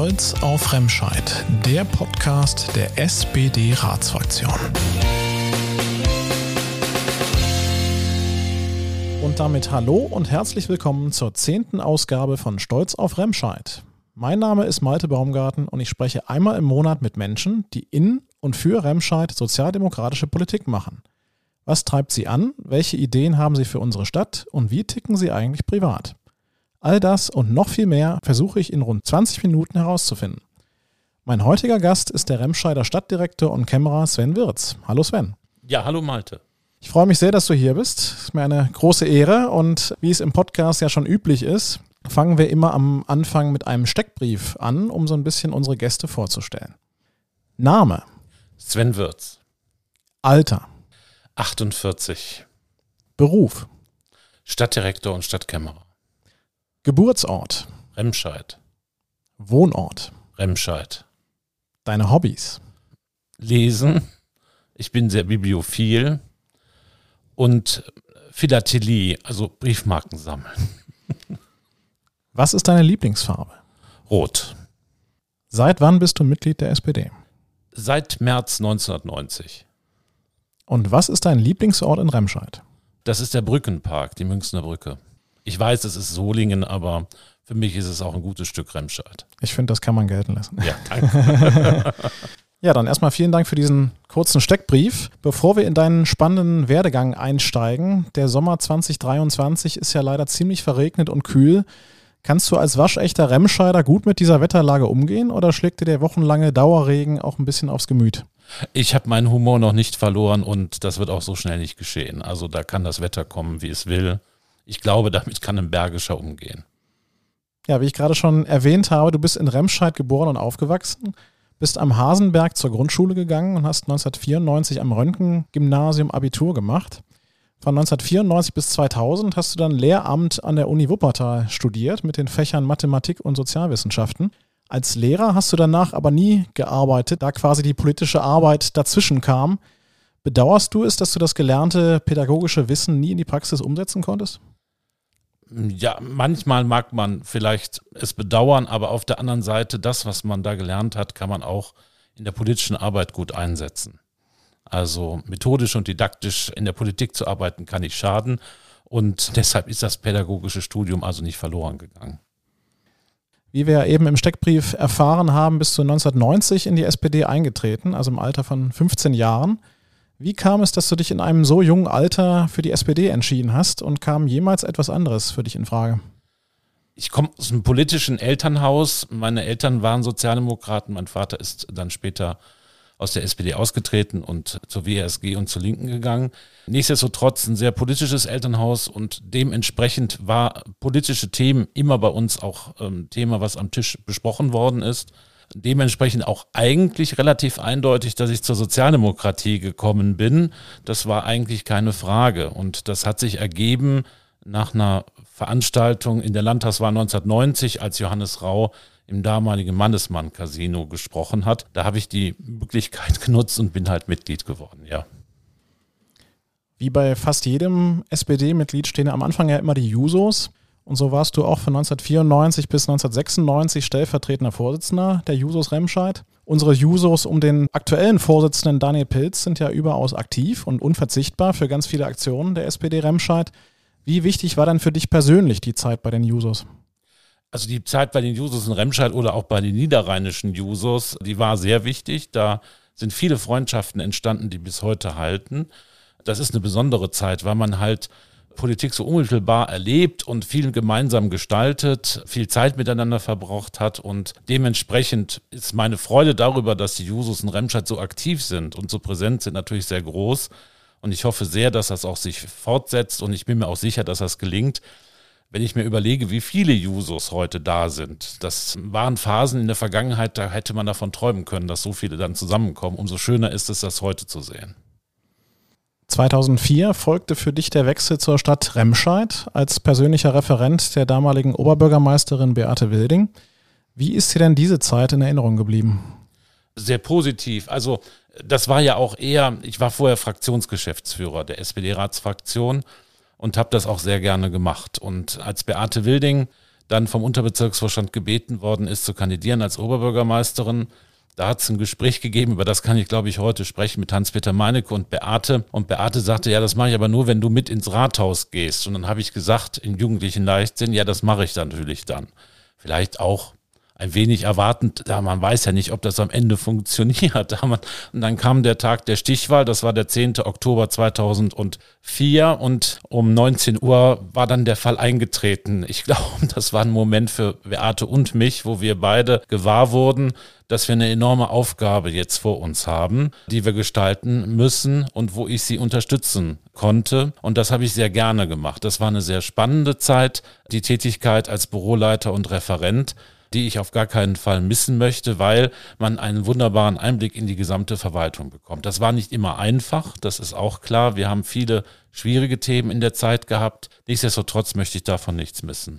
Stolz auf Remscheid, der Podcast der SPD-Ratsfraktion. Und damit hallo und herzlich willkommen zur 10. Ausgabe von Stolz auf Remscheid. Mein Name ist Malte Baumgarten und ich spreche einmal im Monat mit Menschen, die in und für Remscheid sozialdemokratische Politik machen. Was treibt sie an? Welche Ideen haben sie für unsere Stadt? Und wie ticken sie eigentlich privat? All das und noch viel mehr versuche ich in rund 20 Minuten herauszufinden. Mein heutiger Gast ist der Remscheider Stadtdirektor und Kämmerer Sven Wirz. Hallo Sven. Ja, hallo Malte. Ich freue mich sehr, dass du hier bist. Es ist mir eine große Ehre und wie es im Podcast ja schon üblich ist, fangen wir immer am Anfang mit einem Steckbrief an, um so ein bisschen unsere Gäste vorzustellen. Name? Sven Wirz. Alter? 48. Beruf? Stadtdirektor und Stadtkämmerer. Geburtsort? Remscheid. Wohnort? Remscheid. Deine Hobbys? Lesen. Ich bin sehr bibliophil. Und Philatelie, also Briefmarken sammeln. Was ist deine Lieblingsfarbe? Rot. Seit wann bist du Mitglied der SPD? Seit März 1990. Und was ist dein Lieblingsort in Remscheid? Das ist der Brückenpark, die Münchner Brücke. Ich weiß, es ist Solingen, aber für mich ist es auch ein gutes Stück Remscheid. Ich finde, das kann man gelten lassen. Ja, danke. Ja, dann erstmal vielen Dank für diesen kurzen Steckbrief. Bevor wir in deinen spannenden Werdegang einsteigen, der Sommer 2023 ist ja leider ziemlich verregnet und kühl. Kannst du als waschechter Remscheider gut mit dieser Wetterlage umgehen oder schlägt dir der wochenlange Dauerregen auch ein bisschen aufs Gemüt? Ich habe meinen Humor noch nicht verloren und das wird auch so schnell nicht geschehen. Also da kann das Wetter kommen, wie es will. Ich glaube, damit kann ein Bergischer umgehen. Ja, wie ich gerade schon erwähnt habe, du bist in Remscheid geboren und aufgewachsen, bist am Hasenberg zur Grundschule gegangen und hast 1994 am Röntgen-Gymnasium Abitur gemacht. Von 1994 bis 2000 hast du dann Lehramt an der Uni Wuppertal studiert mit den Fächern Mathematik und Sozialwissenschaften. Als Lehrer hast du danach aber nie gearbeitet, da quasi die politische Arbeit dazwischen kam. Bedauerst du es, dass du das gelernte pädagogische Wissen nie in die Praxis umsetzen konntest? Ja, manchmal mag man vielleicht es bedauern, aber auf der anderen Seite, das, was man da gelernt hat, kann man auch in der politischen Arbeit gut einsetzen. Also methodisch und didaktisch in der Politik zu arbeiten, kann nicht schaden und deshalb ist das pädagogische Studium also nicht verloren gegangen. Wie wir eben im Steckbrief erfahren haben, bist du 1990 in die SPD eingetreten, also im Alter von 15 Jahren. Wie kam es, dass du dich in einem so jungen Alter für die SPD entschieden hast und kam jemals etwas anderes für dich in Frage? Ich komme aus einem politischen Elternhaus. Meine Eltern waren Sozialdemokraten. Mein Vater ist dann später aus der SPD ausgetreten und zur WSG und zur Linken gegangen. Nichtsdestotrotz ein sehr politisches Elternhaus und dementsprechend war politische Themen immer bei uns auch Thema, was am Tisch besprochen worden ist. Dementsprechend auch eigentlich relativ eindeutig, dass ich zur Sozialdemokratie gekommen bin. Das war eigentlich keine Frage und das hat sich ergeben nach einer Veranstaltung in der Landtagswahl 1990, als Johannes Rau im damaligen Mannesmann-Casino gesprochen hat. Da habe ich die Möglichkeit genutzt und bin halt Mitglied geworden, ja. Wie bei fast jedem SPD-Mitglied stehen am Anfang ja immer die Jusos. Und so warst du auch von 1994 bis 1996 stellvertretender Vorsitzender der Jusos Remscheid. Unsere Jusos um den aktuellen Vorsitzenden Daniel Pilz sind ja überaus aktiv und unverzichtbar für ganz viele Aktionen der SPD Remscheid. Wie wichtig war denn für dich persönlich die Zeit bei den Jusos? Also die Zeit bei den Jusos in Remscheid oder auch bei den niederrheinischen Jusos, die war sehr wichtig. Da sind viele Freundschaften entstanden, die bis heute halten. Das ist eine besondere Zeit, weil man halt Politik so unmittelbar erlebt und viel gemeinsam gestaltet, viel Zeit miteinander verbraucht hat und dementsprechend ist meine Freude darüber, dass die Jusos in Remscheid so aktiv sind und so präsent sind, natürlich sehr groß und ich hoffe sehr, dass das auch sich fortsetzt und ich bin mir auch sicher, dass das gelingt. Wenn ich mir überlege, wie viele Jusos heute da sind, das waren Phasen in der Vergangenheit, da hätte man davon träumen können, dass so viele dann zusammenkommen. Umso schöner ist es, das heute zu sehen. 2004 folgte für dich der Wechsel zur Stadt Remscheid als persönlicher Referent der damaligen Oberbürgermeisterin Beate Wilding. Wie ist dir denn diese Zeit in Erinnerung geblieben? Sehr positiv. Also das war ja auch eher, ich war vorher Fraktionsgeschäftsführer der SPD-Ratsfraktion und habe das auch sehr gerne gemacht. Und als Beate Wilding dann vom Unterbezirksvorstand gebeten worden ist, zu kandidieren als Oberbürgermeisterin. Da hat es ein Gespräch gegeben, über das kann ich, glaube ich, heute sprechen, mit Hans-Peter Meinecke und Beate. Und Beate sagte, ja, das mache ich aber nur, wenn du mit ins Rathaus gehst. Und dann habe ich gesagt, in jugendlichen Leichtsinn, ja, das mache ich dann natürlich dann. Vielleicht auch ein wenig erwartend, da man weiß ja nicht, ob das am Ende funktioniert. Und dann kam der Tag der Stichwahl, das war der 10. Oktober 2004 und um 19 Uhr war dann der Fall eingetreten. Ich glaube, das war ein Moment für Beate und mich, wo wir beide gewahr wurden, dass wir eine enorme Aufgabe jetzt vor uns haben, die wir gestalten müssen und wo ich sie unterstützen konnte. Und das habe ich sehr gerne gemacht. Das war eine sehr spannende Zeit, die Tätigkeit als Büroleiter und Referent, die ich auf gar keinen Fall missen möchte, weil man einen wunderbaren Einblick in die gesamte Verwaltung bekommt. Das war nicht immer einfach, das ist auch klar. Wir haben viele schwierige Themen in der Zeit gehabt. Nichtsdestotrotz möchte ich davon nichts missen.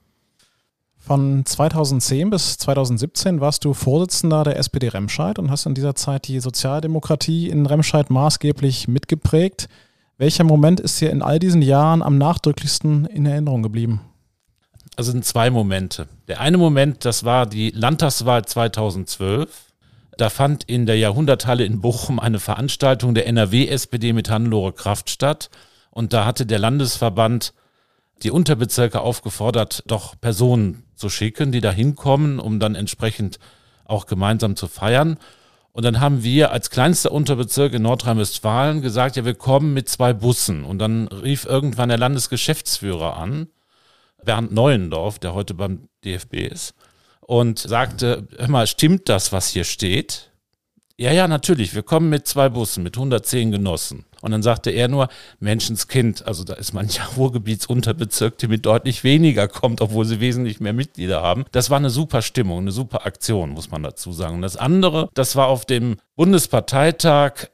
Von 2010 bis 2017 warst du Vorsitzender der SPD Remscheid und hast in dieser Zeit die Sozialdemokratie in Remscheid maßgeblich mitgeprägt. Welcher Moment ist dir in all diesen Jahren am nachdrücklichsten in Erinnerung geblieben? Also sind zwei Momente. Der eine Moment, das war die Landtagswahl 2012. Da fand in der Jahrhunderthalle in Bochum eine Veranstaltung der NRW-SPD mit Hannelore Kraft statt. Und da hatte der Landesverband die Unterbezirke aufgefordert, doch Personen zu schicken, die da hinkommen, um dann entsprechend auch gemeinsam zu feiern. Und dann haben wir als kleinster Unterbezirk in Nordrhein-Westfalen gesagt, ja, wir kommen mit 2 Bussen. Und dann rief irgendwann der Landesgeschäftsführer an, Bernd Neuendorf, der heute beim DFB ist, und sagte, hör mal, stimmt das, was hier steht? Ja, natürlich, wir kommen mit 2 Bussen, mit 110 Genossen. Und dann sagte er nur, Menschenskind, also da ist mancher Ruhrgebietsunterbezirk, die mit deutlich weniger kommt, obwohl sie wesentlich mehr Mitglieder haben. Das war eine super Stimmung, eine super Aktion, muss man dazu sagen. Und das andere, das war auf dem Bundesparteitag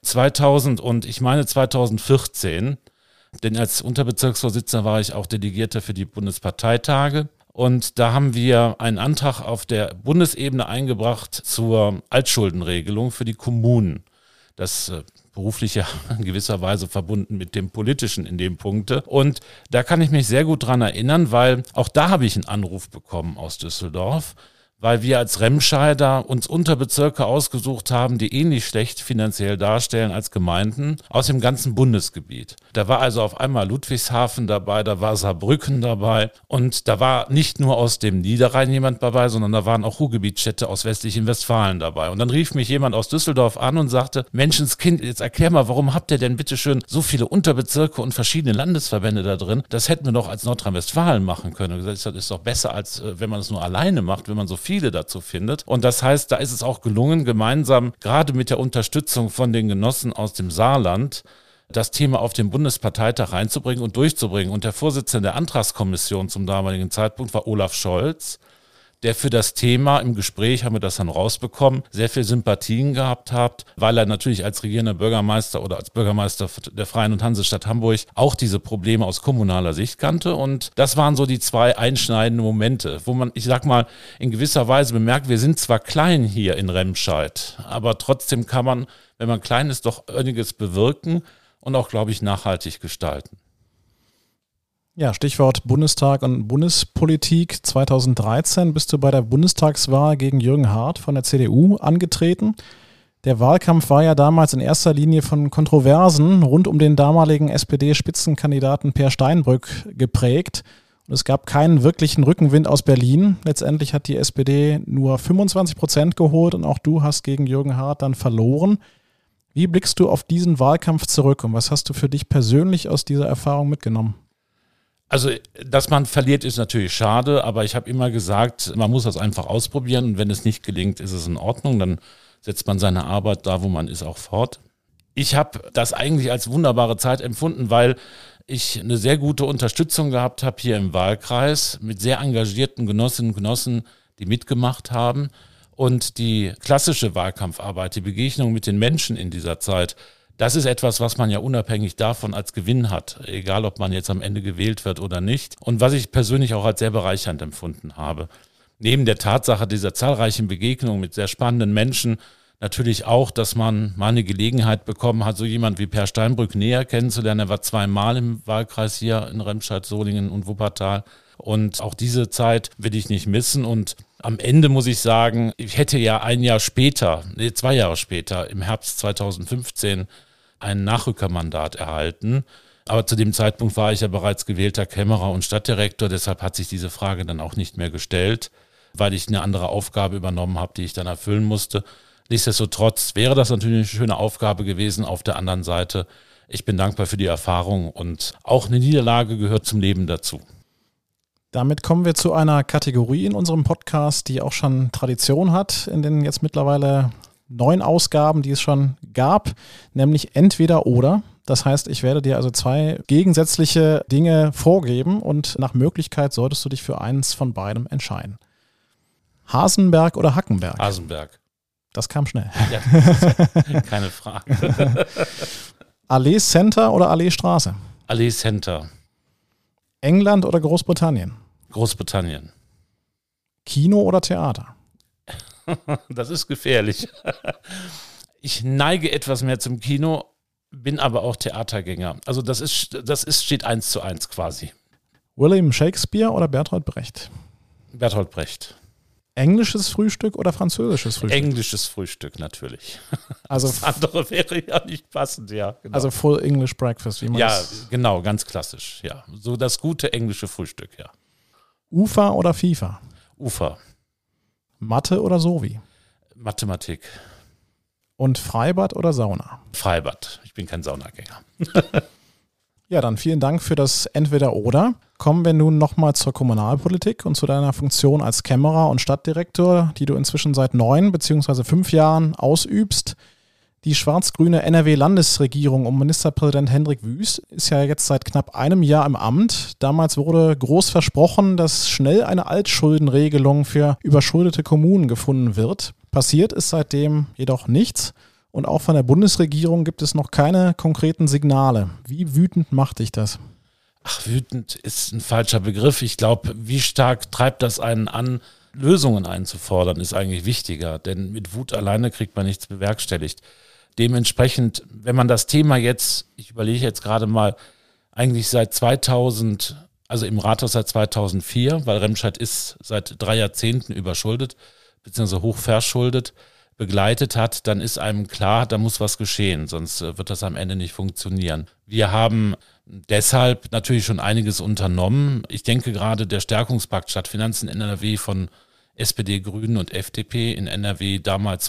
2014, denn als Unterbezirksvorsitzender war ich auch Delegierter für die Bundesparteitage. Und da haben wir einen Antrag auf der Bundesebene eingebracht zur Altschuldenregelung für die Kommunen. Das berufliche in gewisser Weise verbunden mit dem Politischen in dem Punkte. Und da kann ich mich sehr gut dran erinnern, weil auch da habe ich einen Anruf bekommen aus Düsseldorf, weil wir als Remscheider uns Unterbezirke ausgesucht haben, die ähnlich schlecht finanziell darstellen als Gemeinden aus dem ganzen Bundesgebiet. Da war also auf einmal Ludwigshafen dabei, da war Saarbrücken dabei und da war nicht nur aus dem Niederrhein jemand dabei, sondern da waren auch Ruhrgebietsstädte aus westlichen Westfalen dabei. Und dann rief mich jemand aus Düsseldorf an und sagte, Menschenskind, jetzt erklär mal, warum habt ihr denn bitteschön so viele Unterbezirke und verschiedene Landesverbände da drin? Das hätten wir doch als Nordrhein-Westfalen machen können. Und gesagt, das ist doch besser, als wenn man es nur alleine macht, wenn man so viele dazu findet. Und das heißt, da ist es auch gelungen, gemeinsam, gerade mit der Unterstützung von den Genossen aus dem Saarland, das Thema auf den Bundesparteitag reinzubringen und durchzubringen. Und der Vorsitzende der Antragskommission zum damaligen Zeitpunkt war Olaf Scholz, der für das Thema im Gespräch, haben wir das dann rausbekommen, sehr viel Sympathien gehabt hat, weil er natürlich als regierender Bürgermeister oder als Bürgermeister der Freien und Hansestadt Hamburg auch diese Probleme aus kommunaler Sicht kannte. Und das waren so die 2 einschneidenden Momente, wo man, ich sag mal, in gewisser Weise bemerkt, wir sind zwar klein hier in Remscheid, aber trotzdem kann man, wenn man klein ist, doch einiges bewirken und auch, glaube ich, nachhaltig gestalten. Ja, Stichwort Bundestag und Bundespolitik. 2013 bist du bei der Bundestagswahl gegen Jürgen Hart von der CDU angetreten. Der Wahlkampf war ja damals in erster Linie von Kontroversen rund um den damaligen SPD-Spitzenkandidaten Peer Steinbrück geprägt. Und es gab keinen wirklichen Rückenwind aus Berlin. Letztendlich hat die SPD nur 25% geholt und auch du hast gegen Jürgen Hart dann verloren. Wie blickst du auf diesen Wahlkampf zurück und was hast du für dich persönlich aus dieser Erfahrung mitgenommen? Also, dass man verliert, ist natürlich schade, aber ich habe immer gesagt, man muss das einfach ausprobieren und wenn es nicht gelingt, ist es in Ordnung, dann setzt man seine Arbeit da, wo man ist, auch fort. Ich habe das eigentlich als wunderbare Zeit empfunden, weil ich eine sehr gute Unterstützung gehabt habe hier im Wahlkreis mit sehr engagierten Genossinnen und Genossen, die mitgemacht haben und die klassische Wahlkampfarbeit, die Begegnung mit den Menschen in dieser Zeit, das ist etwas, was man ja unabhängig davon als Gewinn hat, egal ob man jetzt am Ende gewählt wird oder nicht. Und was ich persönlich auch als sehr bereichernd empfunden habe. Neben der Tatsache dieser zahlreichen Begegnungen mit sehr spannenden Menschen, Natürlich auch, dass man mal eine Gelegenheit bekommen hat, so jemand wie Per Steinbrück näher kennenzulernen. Er war 2-mal im Wahlkreis hier in Remscheid, Solingen und Wuppertal. Und auch diese Zeit will ich nicht missen. Und am Ende muss ich sagen, ich hätte ja 2 Jahre später, im Herbst 2015, ein Nachrückermandat erhalten. Aber zu dem Zeitpunkt war ich ja bereits gewählter Kämmerer und Stadtdirektor. Deshalb hat sich diese Frage dann auch nicht mehr gestellt, weil ich eine andere Aufgabe übernommen habe, die ich dann erfüllen musste. Nichtsdestotrotz wäre das natürlich eine schöne Aufgabe gewesen. Auf der anderen Seite, ich bin dankbar für die Erfahrung und auch eine Niederlage gehört zum Leben dazu. Damit kommen wir zu einer Kategorie in unserem Podcast, die auch schon Tradition hat in den jetzt mittlerweile 9 Ausgaben, die es schon gab, nämlich entweder oder. Das heißt, ich werde dir also 2 gegensätzliche Dinge vorgeben und nach Möglichkeit solltest du dich für eins von beidem entscheiden. Hasenberg oder Hackenberg? Hasenberg. Das kam schnell. Ja, das ist ja keine Frage. Allee Center oder Allee Straße? Allee Center. England oder Großbritannien? Großbritannien. Kino oder Theater? Das ist gefährlich. Ich neige etwas mehr zum Kino, bin aber auch Theatergänger. Also das steht 1:1 quasi. William Shakespeare oder Bertolt Brecht? Bertolt Brecht. Englisches Frühstück oder französisches Frühstück? Englisches Frühstück natürlich. Also das andere wäre ja nicht passend, ja. Genau. Also Full English Breakfast, wie man das... Ja, genau, ganz klassisch, ja. So das gute englische Frühstück, ja. UFA oder FIFA? UFA. Mathe oder Sovi? Mathematik. Und Freibad oder Sauna? Freibad. Ich bin kein Saunagänger. Ja, dann vielen Dank für das Entweder-Oder. Kommen wir nun nochmal zur Kommunalpolitik und zu deiner Funktion als Kämmerer und Stadtdirektor, die du inzwischen seit 9 bzw. 5 Jahren ausübst. Die schwarz-grüne NRW-Landesregierung um Ministerpräsident Hendrik Wüst ist ja jetzt seit knapp einem Jahr im Amt. Damals wurde groß versprochen, dass schnell eine Altschuldenregelung für überschuldete Kommunen gefunden wird. Passiert ist seitdem jedoch nichts. Und auch von der Bundesregierung gibt es noch keine konkreten Signale. Wie wütend macht dich das? Ach, wütend ist ein falscher Begriff. Ich glaube, wie stark treibt das einen an, Lösungen einzufordern, ist eigentlich wichtiger. Denn mit Wut alleine kriegt man nichts bewerkstelligt. Dementsprechend, wenn man das Thema jetzt, ich überlege jetzt gerade mal, eigentlich seit 2000, also im Rathaus seit 2004, weil Remscheid ist seit 3 Jahrzehnten überschuldet, beziehungsweise hochverschuldet, begleitet hat, dann ist einem klar, da muss was geschehen, sonst wird das am Ende nicht funktionieren. Wir haben deshalb natürlich schon einiges unternommen. Ich denke gerade der Stärkungspakt Stadtfinanzen in NRW von SPD, Grünen und FDP in NRW damals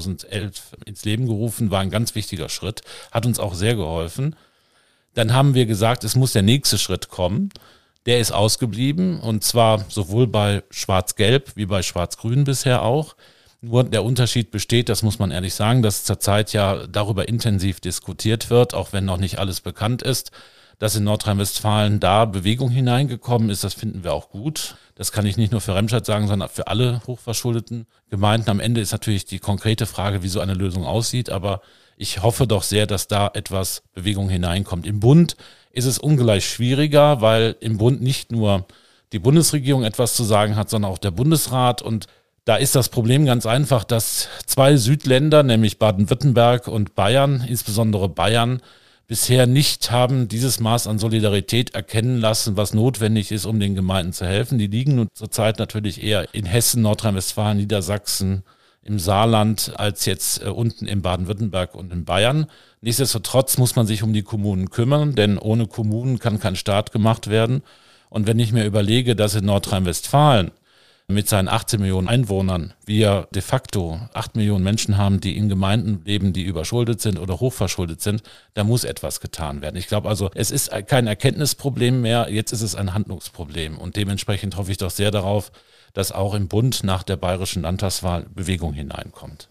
2011 ins Leben gerufen, war ein ganz wichtiger Schritt, hat uns auch sehr geholfen. Dann haben wir gesagt, es muss der nächste Schritt kommen. Der ist ausgeblieben und zwar sowohl bei Schwarz-Gelb wie bei Schwarz-Grün bisher auch. Nur der Unterschied besteht, das muss man ehrlich sagen, dass zurzeit ja darüber intensiv diskutiert wird, auch wenn noch nicht alles bekannt ist, dass in Nordrhein-Westfalen da Bewegung hineingekommen ist. Das finden wir auch gut. Das kann ich nicht nur für Remscheid sagen, sondern für alle hochverschuldeten Gemeinden. Am Ende ist natürlich die konkrete Frage, wie so eine Lösung aussieht, aber ich hoffe doch sehr, dass da etwas Bewegung hineinkommt. Im Bund ist es ungleich schwieriger, weil im Bund nicht nur die Bundesregierung etwas zu sagen hat, sondern auch der Bundesrat. Und da ist das Problem ganz einfach, dass 2 Südländer, nämlich Baden-Württemberg und Bayern, insbesondere Bayern, bisher nicht haben dieses Maß an Solidarität erkennen lassen, was notwendig ist, um den Gemeinden zu helfen. Die liegen nun zurzeit natürlich eher in Hessen, Nordrhein-Westfalen, Niedersachsen, im Saarland als jetzt unten in Baden-Württemberg und in Bayern. Nichtsdestotrotz muss man sich um die Kommunen kümmern, denn ohne Kommunen kann kein Staat gemacht werden. Und wenn ich mir überlege, dass in Nordrhein-Westfalen mit seinen 18 Millionen Einwohnern wir de facto 8 Millionen Menschen haben, die in Gemeinden leben, die überschuldet sind oder hochverschuldet sind, da muss etwas getan werden. Ich glaube also, es ist kein Erkenntnisproblem mehr, jetzt ist es ein Handlungsproblem und dementsprechend hoffe ich doch sehr darauf, dass auch im Bund nach der bayerischen Landtagswahl Bewegung hineinkommt.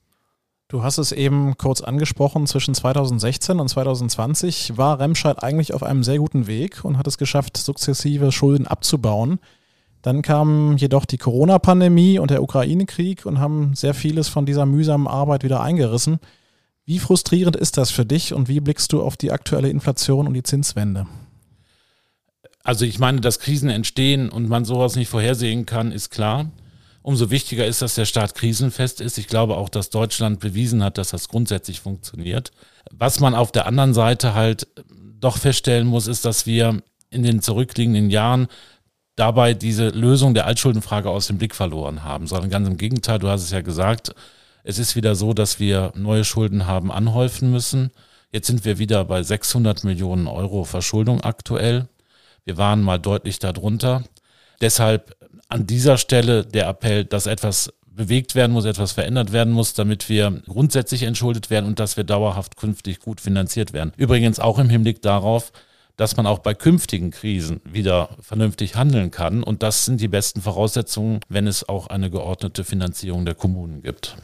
Du hast es eben kurz angesprochen, zwischen 2016 und 2020 war Remscheid eigentlich auf einem sehr guten Weg und hat es geschafft, sukzessive Schulden abzubauen. Dann kam jedoch die Corona-Pandemie und der Ukraine-Krieg und haben sehr vieles von dieser mühsamen Arbeit wieder eingerissen. Wie frustrierend ist das für dich und wie blickst du auf die aktuelle Inflation und die Zinswende? Also ich meine, dass Krisen entstehen und man sowas nicht vorhersehen kann, ist klar. Umso wichtiger ist, dass der Staat krisenfest ist. Ich glaube auch, dass Deutschland bewiesen hat, dass das grundsätzlich funktioniert. Was man auf der anderen Seite halt doch feststellen muss, ist, dass wir in den zurückliegenden Jahren dabei diese Lösung der Altschuldenfrage aus dem Blick verloren haben, sondern ganz im Gegenteil, du hast es ja gesagt, es ist wieder so, dass wir neue Schulden haben anhäufen müssen. Jetzt sind wir wieder bei 600 Millionen Euro Verschuldung aktuell. Wir waren mal deutlich darunter. Deshalb an dieser Stelle der Appell, dass etwas bewegt werden muss, etwas verändert werden muss, damit wir grundsätzlich entschuldet werden und dass wir dauerhaft künftig gut finanziert werden. Übrigens auch im Hinblick darauf, dass man auch bei künftigen Krisen wieder vernünftig handeln kann. Und das sind die besten Voraussetzungen, wenn es auch eine geordnete Finanzierung der Kommunen gibt.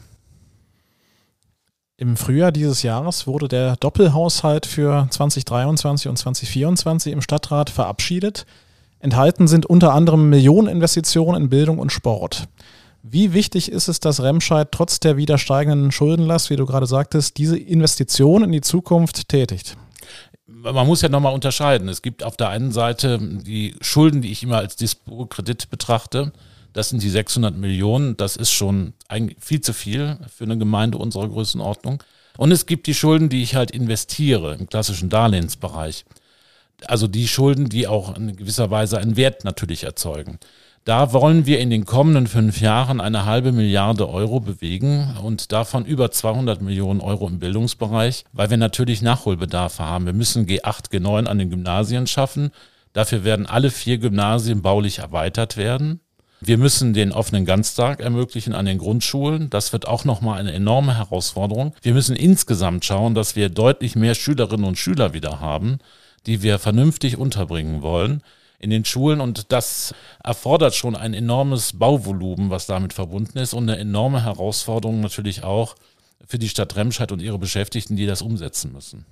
Im Frühjahr dieses Jahres wurde der Doppelhaushalt für 2023 und 2024 im Stadtrat verabschiedet. Enthalten sind unter anderem Millioneninvestitionen in Bildung und Sport. Wie wichtig ist es, dass Remscheid trotz der wieder steigenden Schuldenlast, wie du gerade sagtest, diese Investition in die Zukunft tätigt? Man muss ja nochmal unterscheiden. Es gibt auf der einen Seite die Schulden, die ich immer als Dispo-Kredit betrachte. Das sind die 600 Millionen. Das ist schon eigentlich viel zu viel für eine Gemeinde unserer Größenordnung. Und es gibt die Schulden, die ich halt investiere im klassischen Darlehensbereich. Also die Schulden, die auch in gewisser Weise einen Wert natürlich erzeugen. Da wollen wir in den kommenden 5 Jahren 1,5 Milliarde Euro bewegen und davon über 200 Millionen Euro im Bildungsbereich, weil wir natürlich Nachholbedarfe haben. Wir müssen G8, G9 an den Gymnasien schaffen. Dafür werden alle 4 Gymnasien baulich erweitert werden. Wir müssen den offenen Ganztag ermöglichen an den Grundschulen. Das wird auch nochmal eine enorme Herausforderung. Wir müssen insgesamt schauen, dass wir deutlich mehr Schülerinnen und Schüler wieder haben, die wir vernünftig unterbringen wollen in den Schulen, und das erfordert schon ein enormes Bauvolumen, was damit verbunden ist, und eine enorme Herausforderung natürlich auch für die Stadt Remscheid und ihre Beschäftigten, die das umsetzen müssen.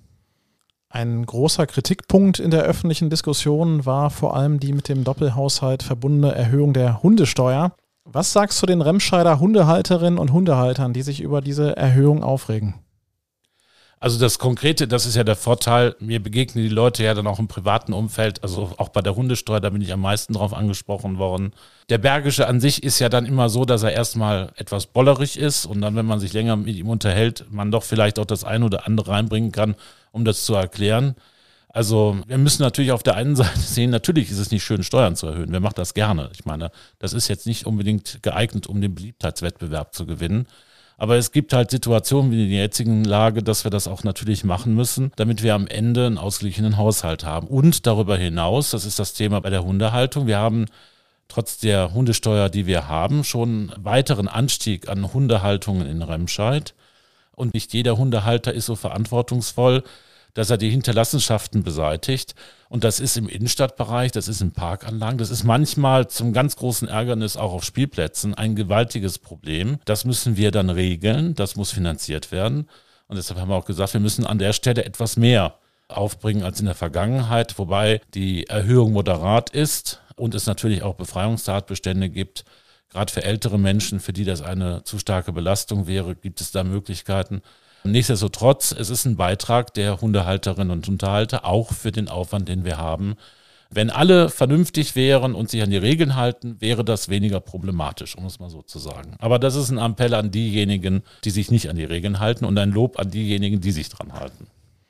Ein großer Kritikpunkt in der öffentlichen Diskussion war vor allem die mit dem Doppelhaushalt verbundene Erhöhung der Hundesteuer. Was sagst du den Remscheider Hundehalterinnen und Hundehaltern, die sich über diese Erhöhung aufregen? Also das Konkrete, das ist ja der Vorteil, mir begegnen die Leute ja dann auch im privaten Umfeld, also auch bei der Hundesteuer, da bin ich am meisten drauf angesprochen worden. Der Bergische an sich ist ja dann immer so, dass er erstmal etwas bollerig ist und dann, wenn man sich länger mit ihm unterhält, man doch vielleicht auch das eine oder andere reinbringen kann, um das zu erklären. Also wir müssen natürlich auf der einen Seite sehen, natürlich ist es nicht schön, Steuern zu erhöhen. Wer macht das gerne? Ich meine, das ist jetzt nicht unbedingt geeignet, um den Beliebtheitswettbewerb zu gewinnen. Aber es gibt halt Situationen wie in der jetzigen Lage, dass wir das auch natürlich machen müssen, damit wir am Ende einen ausgeglichenen Haushalt haben. Und darüber hinaus, das ist das Thema bei der Hundehaltung, wir haben trotz der Hundesteuer, die wir haben, schon einen weiteren Anstieg an Hundehaltungen in Remscheid. Und nicht jeder Hundehalter ist so verantwortungsvoll, dass er die Hinterlassenschaften beseitigt. Und das ist im Innenstadtbereich, das ist in Parkanlagen, das ist manchmal zum ganz großen Ärgernis auch auf Spielplätzen ein gewaltiges Problem. Das müssen wir dann regeln, das muss finanziert werden. Und deshalb haben wir auch gesagt, wir müssen an der Stelle etwas mehr aufbringen als in der Vergangenheit, wobei die Erhöhung moderat ist und es natürlich auch Befreiungstatbestände gibt. Gerade für ältere Menschen, für die das eine zu starke Belastung wäre, gibt es da Möglichkeiten. Nichtsdestotrotz, es ist ein Beitrag der Hundehalterinnen und Hundehalter, auch für den Aufwand, den wir haben. Wenn alle vernünftig wären und sich an die Regeln halten, wäre das weniger problematisch, um es mal so zu sagen. Aber das ist ein Appell an diejenigen, die sich nicht an die Regeln halten, und ein Lob an diejenigen, die sich dran halten.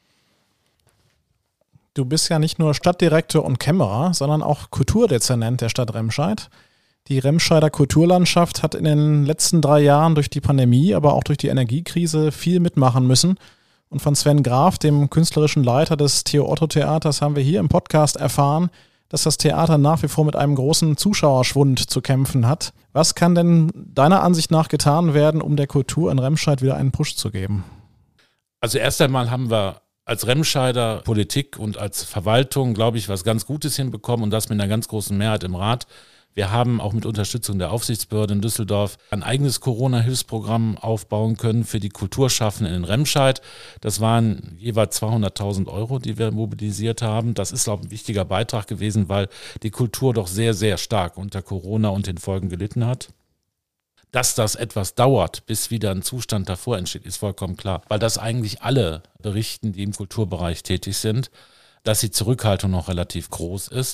Du bist ja nicht nur Stadtdirektor und Kämmerer, sondern auch Kulturdezernent der Stadt Remscheid. Die Remscheider Kulturlandschaft hat in den letzten 3 Jahren durch die Pandemie, aber auch durch die Energiekrise viel mitmachen müssen. Und von Sven Graf, dem künstlerischen Leiter des Theo-Otto-Theaters, haben wir hier im Podcast erfahren, dass das Theater nach wie vor mit einem großen Zuschauerschwund zu kämpfen hat. Was kann denn deiner Ansicht nach getan werden, um der Kultur in Remscheid wieder einen Push zu geben? Also erst einmal haben wir als Remscheider Politik und als Verwaltung, glaube ich, was ganz Gutes hinbekommen, und das mit einer ganz großen Mehrheit im Rat. Wir haben auch mit Unterstützung der Aufsichtsbehörde in Düsseldorf ein eigenes Corona-Hilfsprogramm aufbauen können für die Kulturschaffenden in Remscheid. Das waren jeweils 200.000 Euro, die wir mobilisiert haben. Das ist auch ein wichtiger Beitrag gewesen, weil die Kultur doch sehr, sehr stark unter Corona und den Folgen gelitten hat. Dass das etwas dauert, bis wieder ein Zustand davor entsteht, ist vollkommen klar, weil das eigentlich alle berichten, die im Kulturbereich tätig sind, dass die Zurückhaltung noch relativ groß ist.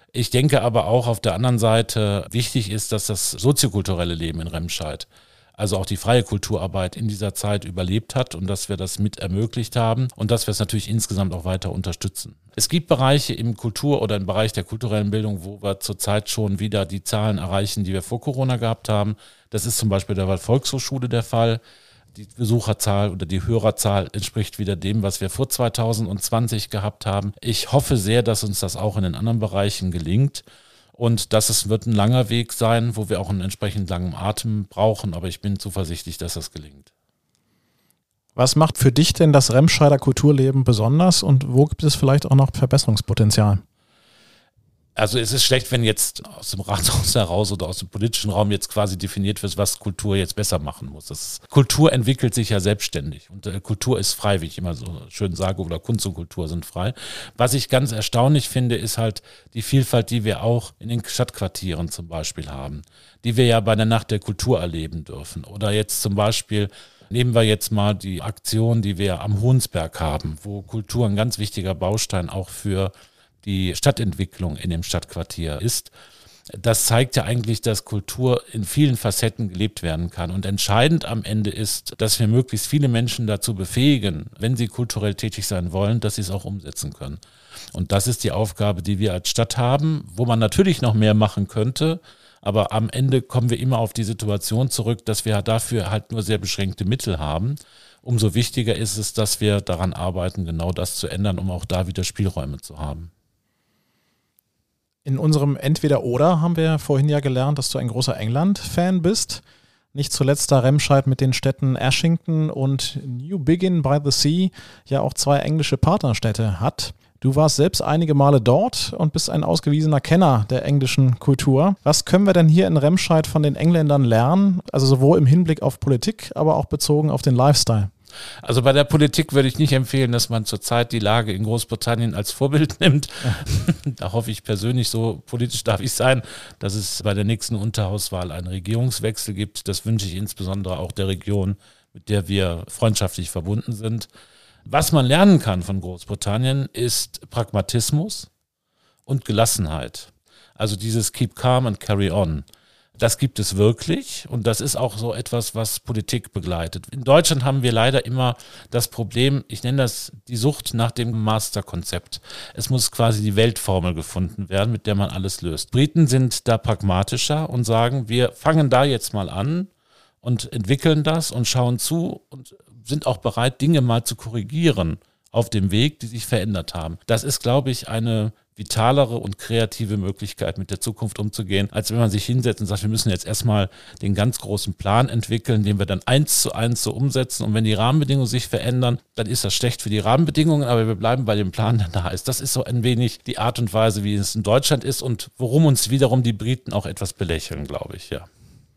Ich denke aber auch auf der anderen Seite wichtig ist, dass das soziokulturelle Leben in Remscheid, also auch die freie Kulturarbeit in dieser Zeit überlebt hat und dass wir das mit ermöglicht haben und dass wir es natürlich insgesamt auch weiter unterstützen. Es gibt Bereiche im Kultur- oder im Bereich der kulturellen Bildung, wo wir zurzeit schon wieder die Zahlen erreichen, die wir vor Corona gehabt haben. Das ist zum Beispiel der Waldvolkshochschule der Fall. Die Besucherzahl oder die Hörerzahl entspricht wieder dem, was wir vor 2020 gehabt haben. Ich hoffe sehr, dass uns das auch in den anderen Bereichen gelingt. Und wird ein langer Weg sein, wo wir auch einen entsprechend langen Atem brauchen. Aber ich bin zuversichtlich, dass das gelingt. Was macht für dich denn das Remscheider Kulturleben besonders und wo gibt es vielleicht auch noch Verbesserungspotenzial? Also es ist schlecht, wenn jetzt aus dem Rathaus heraus oder aus dem politischen Raum jetzt quasi definiert wird, was Kultur jetzt besser machen muss. Kultur entwickelt sich ja selbstständig und Kultur ist frei, wie ich immer so schön sage, oder Kunst und Kultur sind frei. Was ich ganz erstaunlich finde, ist halt die Vielfalt, die wir auch in den Stadtquartieren zum Beispiel haben, die wir ja bei der Nacht der Kultur erleben dürfen. Oder jetzt zum Beispiel, nehmen wir jetzt mal die Aktion, die wir am Hohensberg haben, wo Kultur ein ganz wichtiger Baustein auch für die Stadtentwicklung in dem Stadtquartier ist. Das zeigt ja eigentlich, dass Kultur in vielen Facetten gelebt werden kann. Und entscheidend am Ende ist, dass wir möglichst viele Menschen dazu befähigen, wenn sie kulturell tätig sein wollen, dass sie es auch umsetzen können. Und das ist die Aufgabe, die wir als Stadt haben, wo man natürlich noch mehr machen könnte. Aber am Ende kommen wir immer auf die Situation zurück, dass wir dafür halt nur sehr beschränkte Mittel haben. Umso wichtiger ist es, dass wir daran arbeiten, genau das zu ändern, um auch da wieder Spielräume zu haben. In unserem Entweder-Oder haben wir vorhin ja gelernt, dass du ein großer England-Fan bist. Nicht zuletzt da Remscheid mit den Städten Ashington und New Biggin by the Sea ja auch 2 englische Partnerstädte hat. Du warst selbst einige Male dort und bist ein ausgewiesener Kenner der englischen Kultur. Was können wir denn hier in Remscheid von den Engländern lernen? Also sowohl im Hinblick auf Politik, aber auch bezogen auf den Lifestyle. Also bei der Politik würde ich nicht empfehlen, dass man zurzeit die Lage in Großbritannien als Vorbild nimmt. Da hoffe ich persönlich, so politisch darf ich sein, dass es bei der nächsten Unterhauswahl einen Regierungswechsel gibt. Das wünsche ich insbesondere auch der Region, mit der wir freundschaftlich verbunden sind. Was man lernen kann von Großbritannien ist Pragmatismus und Gelassenheit. Also dieses Keep calm and carry on. Das gibt es wirklich und das ist auch so etwas, was Politik begleitet. In Deutschland haben wir leider immer das Problem, ich nenne das die Sucht nach dem Masterkonzept. Es muss quasi die Weltformel gefunden werden, mit der man alles löst. Briten sind da pragmatischer und sagen, wir fangen da jetzt mal an und entwickeln das und schauen zu und sind auch bereit, Dinge mal zu korrigieren auf dem Weg, die sich verändert haben. Das ist, glaube ich, eine vitalere und kreative Möglichkeit, mit der Zukunft umzugehen, als wenn man sich hinsetzt und sagt, wir müssen jetzt erstmal den ganz großen Plan entwickeln, den wir dann 1:1 so umsetzen. Und wenn die Rahmenbedingungen sich verändern, dann ist das schlecht für die Rahmenbedingungen, aber wir bleiben bei dem Plan, der da ist. Das ist so ein wenig die Art und Weise, wie es in Deutschland ist und worum uns wiederum die Briten auch etwas belächeln, glaube ich, ja.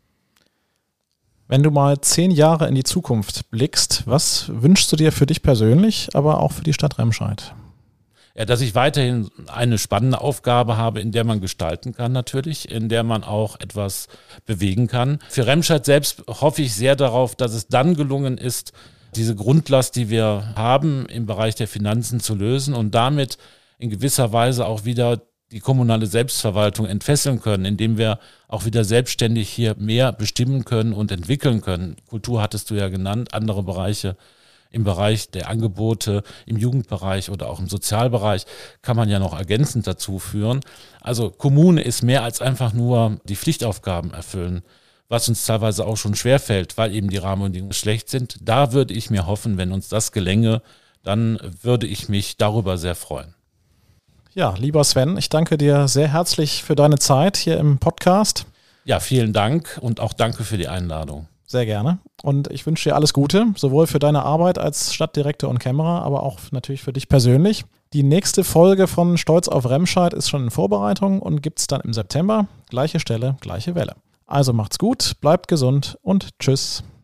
Wenn du mal 10 Jahre in die Zukunft blickst, was wünschst du dir für dich persönlich, aber auch für die Stadt Remscheid? Ja, dass ich weiterhin eine spannende Aufgabe habe, in der man gestalten kann natürlich, in der man auch etwas bewegen kann. Für Remscheid selbst hoffe ich sehr darauf, dass es dann gelungen ist, diese Grundlast, die wir haben im Bereich der Finanzen zu lösen und damit in gewisser Weise auch wieder die kommunale Selbstverwaltung entfesseln können, indem wir auch wieder selbstständig hier mehr bestimmen können und entwickeln können. Kultur hattest du ja genannt, andere Bereiche. Im Bereich der Angebote, im Jugendbereich oder auch im Sozialbereich kann man ja noch ergänzend dazu führen. Also Kommune ist mehr als einfach nur die Pflichtaufgaben erfüllen, was uns teilweise auch schon schwerfällt, weil eben die Rahmenbedingungen schlecht sind. Da würde ich mir hoffen, wenn uns das gelänge, dann würde ich mich darüber sehr freuen. Ja, lieber Sven, ich danke dir sehr herzlich für deine Zeit hier im Podcast. Ja, vielen Dank und auch danke für die Einladung. Sehr gerne. Und ich wünsche dir alles Gute, sowohl für deine Arbeit als Stadtdirektor und Kämmerer, aber auch natürlich für dich persönlich. Die nächste Folge von Stolz auf Remscheid ist schon in Vorbereitung und gibt es dann im September. Gleiche Stelle, gleiche Welle. Also macht's gut, bleibt gesund und tschüss.